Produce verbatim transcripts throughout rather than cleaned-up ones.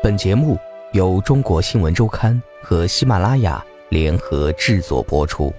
本节目由中国新闻周刊和喜马拉雅联合制作播出。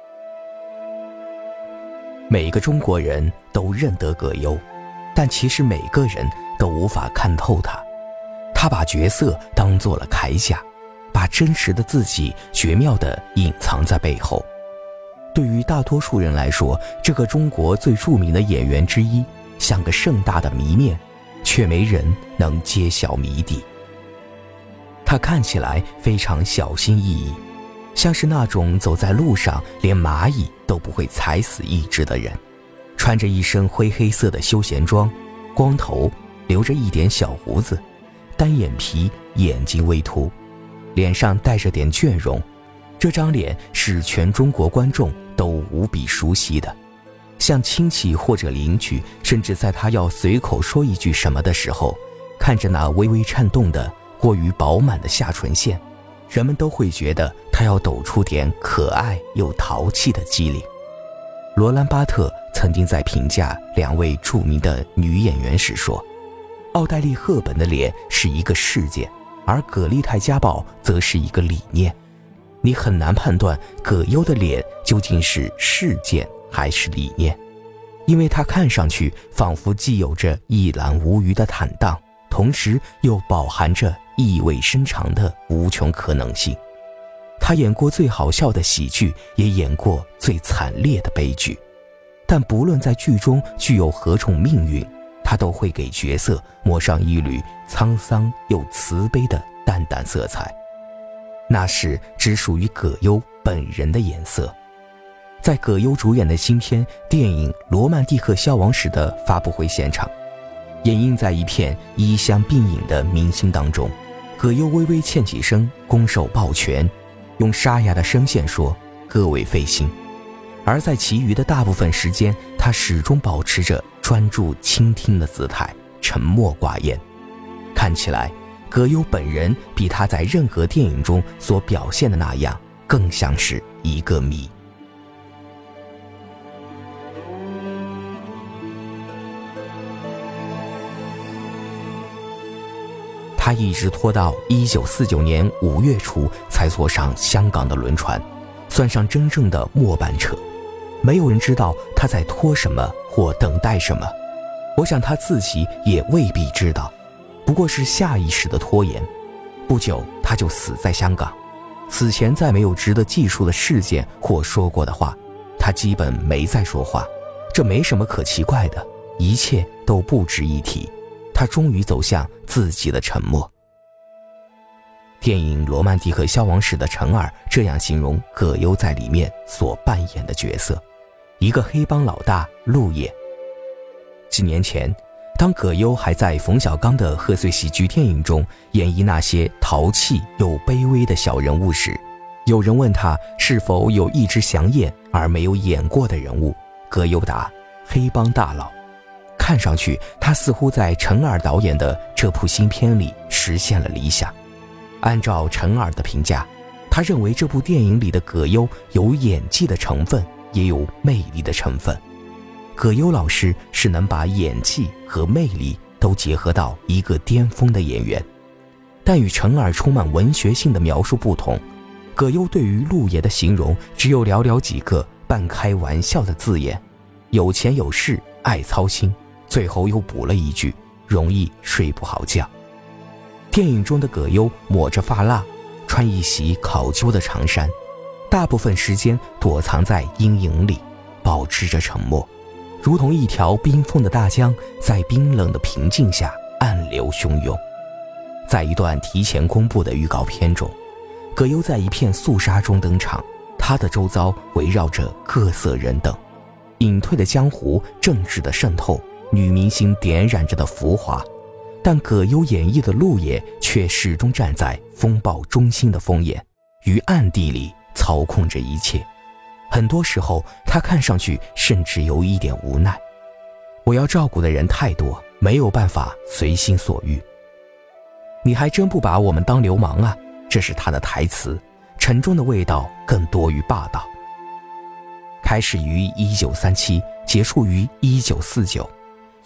每个中国人都认得葛优，但其实每个人都无法看透他。他把角色当作了铠甲，把真实的自己绝妙地隐藏在背后。对于大多数人来说，这个中国最著名的演员之一像个盛大的谜面，却没人能揭晓谜底。他看起来非常小心翼翼，像是那种走在路上连蚂蚁都不会踩死一只的人，穿着一身灰黑色的休闲装，光头，留着一点小胡子，单眼皮，眼睛微凸，脸上带着点倦容。这张脸是全中国观众都无比熟悉的，像亲戚或者邻居，甚至在他要随口说一句什么的时候，看着那微微颤动的过于饱满的下唇线，人们都会觉得他要抖出点可爱又淘气的机灵。罗兰巴特曾经在评价两位著名的女演员时说，奥黛丽赫本的脸是一个事件，而葛丽泰嘉宝则是一个理念。你很难判断葛优的脸究竟是事件还是理念，因为他看上去仿佛既有着一览无余的坦荡，同时又饱含着意味深长的无穷可能性。他演过最好笑的喜剧，也演过最惨烈的悲剧，但不论在剧中具有何种命运，他都会给角色抹上一缕沧桑又慈悲的淡淡色彩，那是只属于葛优本人的颜色。在葛优主演的新片电影《罗曼蒂克消亡史》的发布会现场，掩映在一片衣香鬓影的明星当中，葛优微微欠起身，拱手抱拳，用沙哑的声线说：“各位费心。”而在其余的大部分时间，他始终保持着专注倾听的姿态，沉默寡言。看起来葛优本人比他在任何电影中所表现的那样，更像是一个谜。他一直拖到一九四九年五月初才坐上香港的轮船，算上真正的末班车。没有人知道他在拖什么或等待什么，我想他自己也未必知道，不过是下意识的拖延。不久他就死在香港，死前再没有值得记述的事件或说过的话，他基本没再说话。这没什么可奇怪的，一切都不值一提。他终于走向自己的沉默。电影《罗曼蒂克消亡史》的陈耳这样形容葛优在里面所扮演的角色：一个黑帮老大陆野。几年前，当葛优还在冯小刚的贺岁喜剧电影中演绎那些淘气又卑微的小人物时，有人问他是否有一直想演而没有演过的人物，葛优答：黑帮大佬。看上去他似乎在陈耳导演的这部新片里实现了理想。按照陈耳的评价，他认为这部电影里的葛优有演技的成分，也有魅力的成分。葛优老师是能把演技和魅力都结合到一个巅峰的演员。但与陈耳充满文学性的描述不同，葛优对于陆野的形容只有寥寥几个半开玩笑的字眼：有钱有势，爱操心，最后又补了一句：容易睡不好觉。电影中的葛优抹着发蜡，穿一袭考究的长衫，大部分时间躲藏在阴影里，保持着沉默，如同一条冰封的大江，在冰冷的平静下暗流汹涌。在一段提前公布的预告片中，葛优在一片肃杀中登场，他的周遭围绕着各色人等，隐退的江湖，政治的渗透，女明星点染着的浮华。但葛优演绎的陆野却始终站在风暴中心的风眼，于暗地里操控着一切。很多时候他看上去甚至有一点无奈，我要照顾的人太多，没有办法随心所欲。你还真不把我们当流氓啊，这是他的台词，沉重的味道更多于霸道。开始于一九三七，结束于一九四九，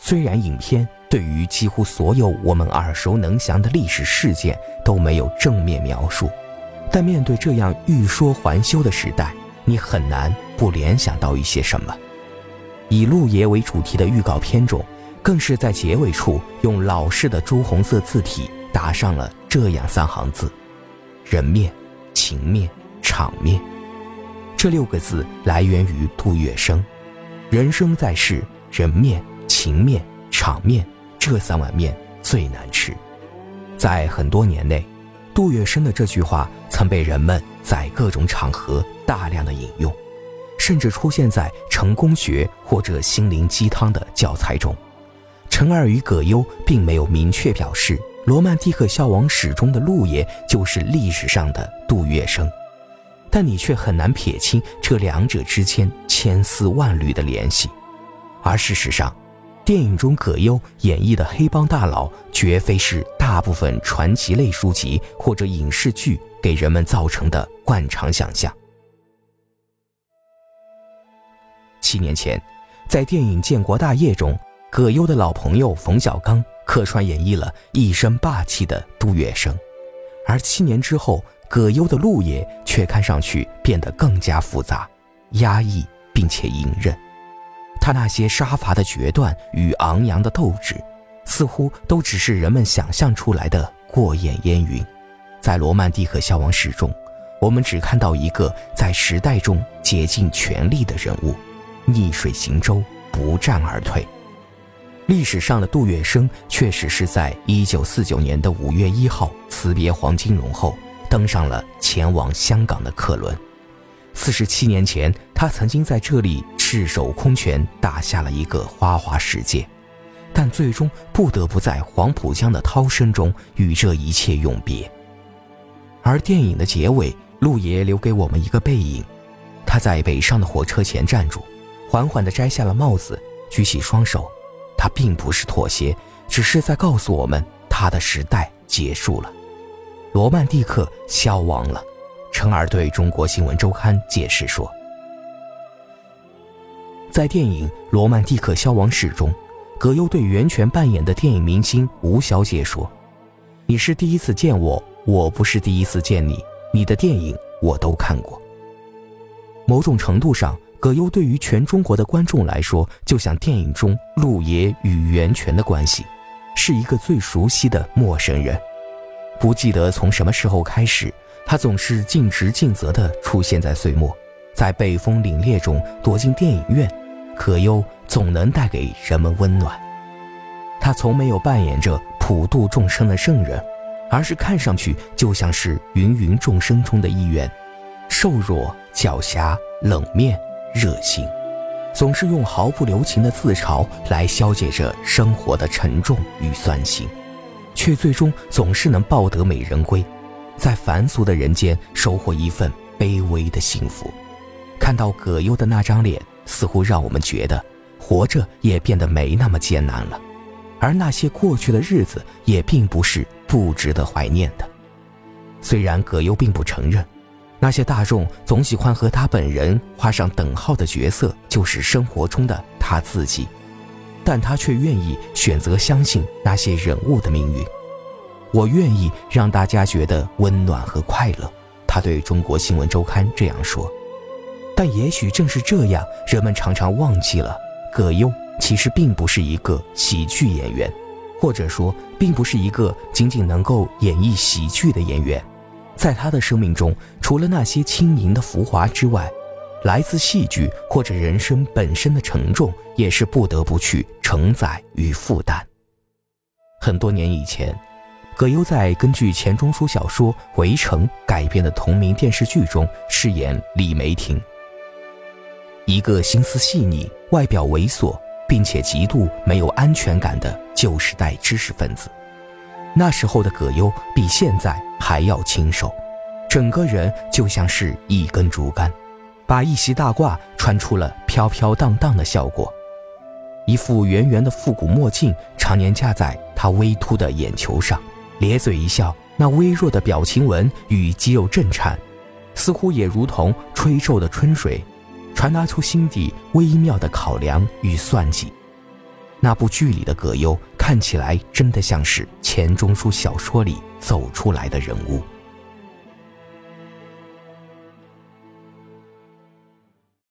虽然影片对于几乎所有我们耳熟能详的历史事件都没有正面描述，但面对这样欲说还休的时代，你很难不联想到一些什么。以陆爷为主题的预告片中，更是在结尾处用老式的朱红色字体打上了这样三行字：人面、情面、场面。这六个字来源于杜月笙，人生在世，人面、情面、场面这三碗面最难吃。在很多年内，杜月笙的这句话曾被人们在各种场合大量的引用，甚至出现在成功学或者心灵鸡汤的教材中。陈二与葛优并没有明确表示罗曼蒂克消亡史中的陆爷就是历史上的杜月笙，但你却很难撇清这两者之间千丝万缕的联系。而事实上，电影中葛优演绎的黑帮大佬绝非是大部分传奇类书籍或者影视剧给人们造成的惯常想象。七年前，在电影《建国大业》中，葛优的老朋友冯小刚客串演绎了一身霸气的杜月笙，而七年之后，葛优的陆爷却看上去变得更加复杂、压抑并且隐忍。他那些杀伐的决断与昂扬的斗志，似乎都只是人们想象出来的过眼烟云。在罗曼蒂克消亡史中，我们只看到一个在时代中竭尽全力的人物，逆水行舟，不战而退。历史上的杜月笙确实是在一九四九年的五月一号辞别黄金荣后，登上了前往香港的客轮。四十七年前，他曾经在这里赤手空拳打下了一个花花世界，但最终不得不在黄浦江的涛声中与这一切永别。而电影的结尾，陆爷留给我们一个背影，他在北上的火车前站住，缓缓地摘下了帽子，举起双手。他并不是妥协，只是在告诉我们他的时代结束了，罗曼蒂克消亡了。陈尔对中国新闻周刊解释说，在电影《罗曼蒂克消亡史》中，葛优对袁泉扮演的电影明星吴小姐说：你是第一次见我，我不是第一次见你，你的电影我都看过。某种程度上，葛优对于全中国的观众来说，就像电影中陆爷与袁泉的关系，是一个最熟悉的陌生人。不记得从什么时候开始，他总是尽职尽责地出现在岁末，在被风凛冽中躲进电影院，葛优总能带给人们温暖。他从没有扮演着普度众生的圣人，而是看上去就像是芸芸众生中的一员，瘦弱、狡黠、冷面、热心，总是用毫不留情的自嘲来消解着生活的沉重与酸辛，却最终总是能抱得美人归，在凡俗的人间收获一份卑微的幸福。看到葛优的那张脸，似乎让我们觉得活着也变得没那么艰难了，而那些过去的日子也并不是不值得怀念的。虽然葛优并不承认，那些大众总喜欢和他本人画上等号的角色就是生活中的他自己，但他却愿意选择相信那些人物的命运。我愿意让大家觉得温暖和快乐，他对中国新闻周刊这样说。但也许正是这样，人们常常忘记了葛优其实并不是一个喜剧演员，或者说并不是一个仅仅能够演绎喜剧的演员。在他的生命中，除了那些轻盈的浮华之外，来自戏剧或者人生本身的沉重也是不得不去承载与负担。很多年以前，葛优在根据钱钟书小说《围城》改编的同名电视剧中饰演李梅婷，一个心思细腻、外表猥琐并且极度没有安全感的旧时代知识分子。那时候的葛优比现在还要清瘦，整个人就像是一根竹竿，把一袭大褂穿出了飘飘荡荡的效果。一副圆圆的复古墨镜常年架在他微凸的眼球上，咧嘴一笑，那微弱的表情纹与肌肉震颤，似乎也如同吹皱的春水，传达出心底微妙的考量与算计。 那部剧里的葛优看起来真的像是钱钟书小说里走出来的人物。